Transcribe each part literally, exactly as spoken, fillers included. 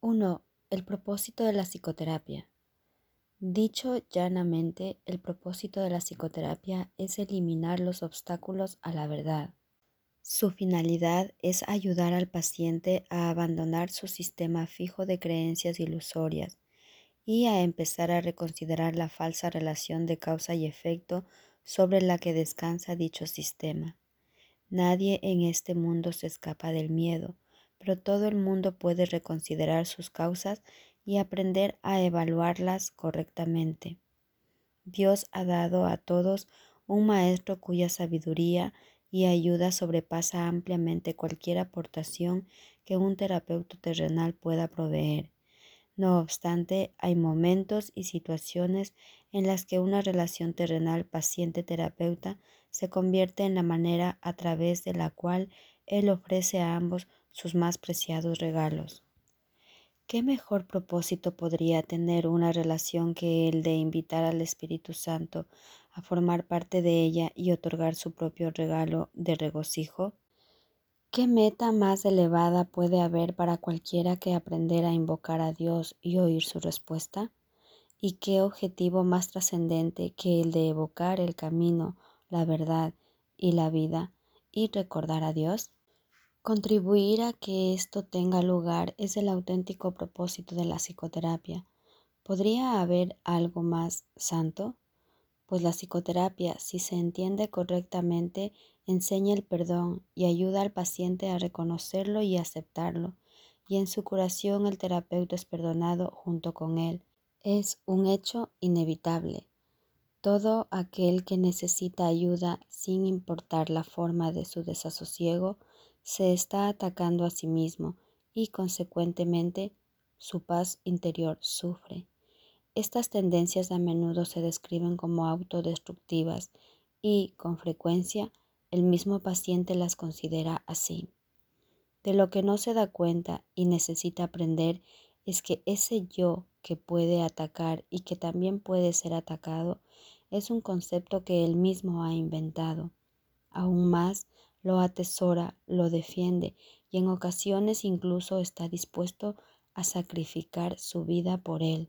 uno. El propósito de la psicoterapia. Dicho llanamente, el propósito de la psicoterapia es eliminar los obstáculos a la verdad. Su finalidad es ayudar al paciente a abandonar su sistema fijo de creencias ilusorias y a empezar a reconsiderar la falsa relación de causa y efecto sobre la que descansa dicho sistema. Nadie en este mundo se escapa del miedo, pero todo el mundo puede reconsiderar sus causas y aprender a evaluarlas correctamente. Dios ha dado a todos un maestro cuya sabiduría y ayuda sobrepasa ampliamente cualquier aportación que un terapeuta terrenal pueda proveer. No obstante, hay momentos y situaciones en las que una relación terrenal paciente-terapeuta se convierte en la manera a través de la cual él ofrece a ambos sus más preciados regalos. ¿Qué mejor propósito podría tener una relación que el de invitar al Espíritu Santo a formar parte de ella y otorgar su propio regalo de regocijo? ¿Qué meta más elevada puede haber para cualquiera que aprender a invocar a Dios y oír su respuesta? ¿Y qué objetivo más trascendente que el de evocar el camino, la verdad y la vida y recordar a Dios? Contribuir a que esto tenga lugar es el auténtico propósito de la psicoterapia. ¿Podría haber algo más santo? Pues la psicoterapia, si se entiende correctamente, enseña el perdón y ayuda al paciente a reconocerlo y aceptarlo, y en su curación el terapeuta es perdonado junto con él. Es un hecho inevitable. Todo aquel que necesita ayuda, sin importar la forma de su desasosiego, se está atacando a sí mismo y, consecuentemente, su paz interior sufre. Estas tendencias a menudo se describen como autodestructivas y, con frecuencia, el mismo paciente las considera así. De lo que no se da cuenta y necesita aprender es que ese yo que puede atacar y que también puede ser atacado es un concepto que él mismo ha inventado. Aún más, lo atesora, lo defiende y en ocasiones incluso está dispuesto a sacrificar su vida por él,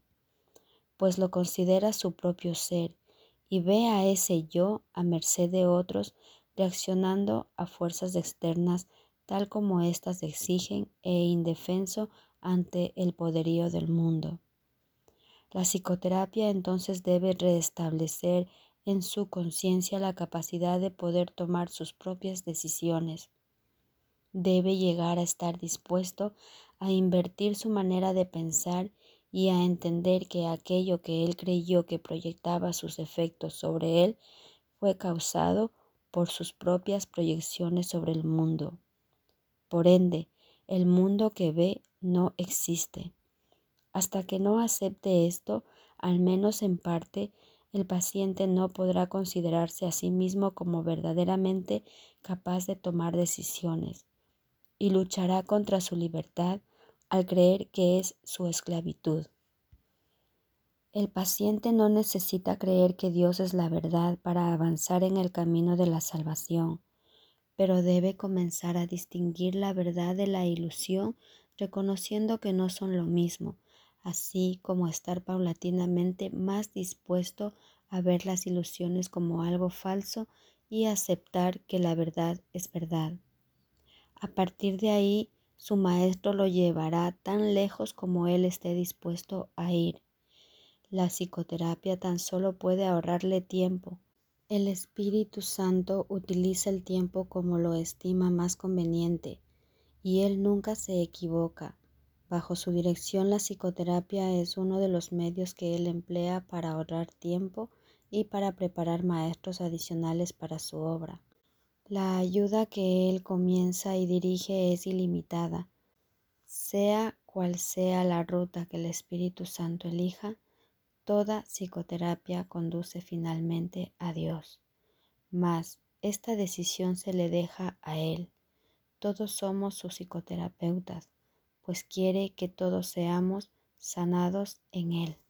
pues lo considera su propio ser y ve a ese yo a merced de otros, reaccionando a fuerzas externas tal como éstas exigen e indefenso ante el poderío del mundo. La psicoterapia entonces debe restablecer en su conciencia la capacidad de poder tomar sus propias decisiones. Debe llegar a estar dispuesto a invertir su manera de pensar y a entender que aquello que él creyó que proyectaba sus efectos sobre él fue causado por sus propias proyecciones sobre el mundo. Por ende, el mundo que ve no existe. Hasta que no acepte esto, al menos en parte, el paciente no podrá considerarse a sí mismo como verdaderamente capaz de tomar decisiones y luchará contra su libertad al creer que es su esclavitud. El paciente no necesita creer que Dios es la verdad para avanzar en el camino de la salvación, pero debe comenzar a distinguir la verdad de la ilusión, reconociendo que no son lo mismo, así como estar paulatinamente más dispuesto a ver las ilusiones como algo falso y aceptar que la verdad es verdad. A partir de ahí, su maestro lo llevará tan lejos como él esté dispuesto a ir. La psicoterapia tan solo puede ahorrarle tiempo. El Espíritu Santo utiliza el tiempo como lo estima más conveniente, y él nunca se equivoca. Bajo su dirección, la psicoterapia es uno de los medios que él emplea para ahorrar tiempo y para preparar maestros adicionales para su obra. La ayuda que él comienza y dirige es ilimitada. Sea cual sea la ruta que el Espíritu Santo elija, toda psicoterapia conduce finalmente a Dios. Mas esta decisión se le deja a Él. Todos somos sus psicoterapeutas, pues quiere que todos seamos sanados en Él.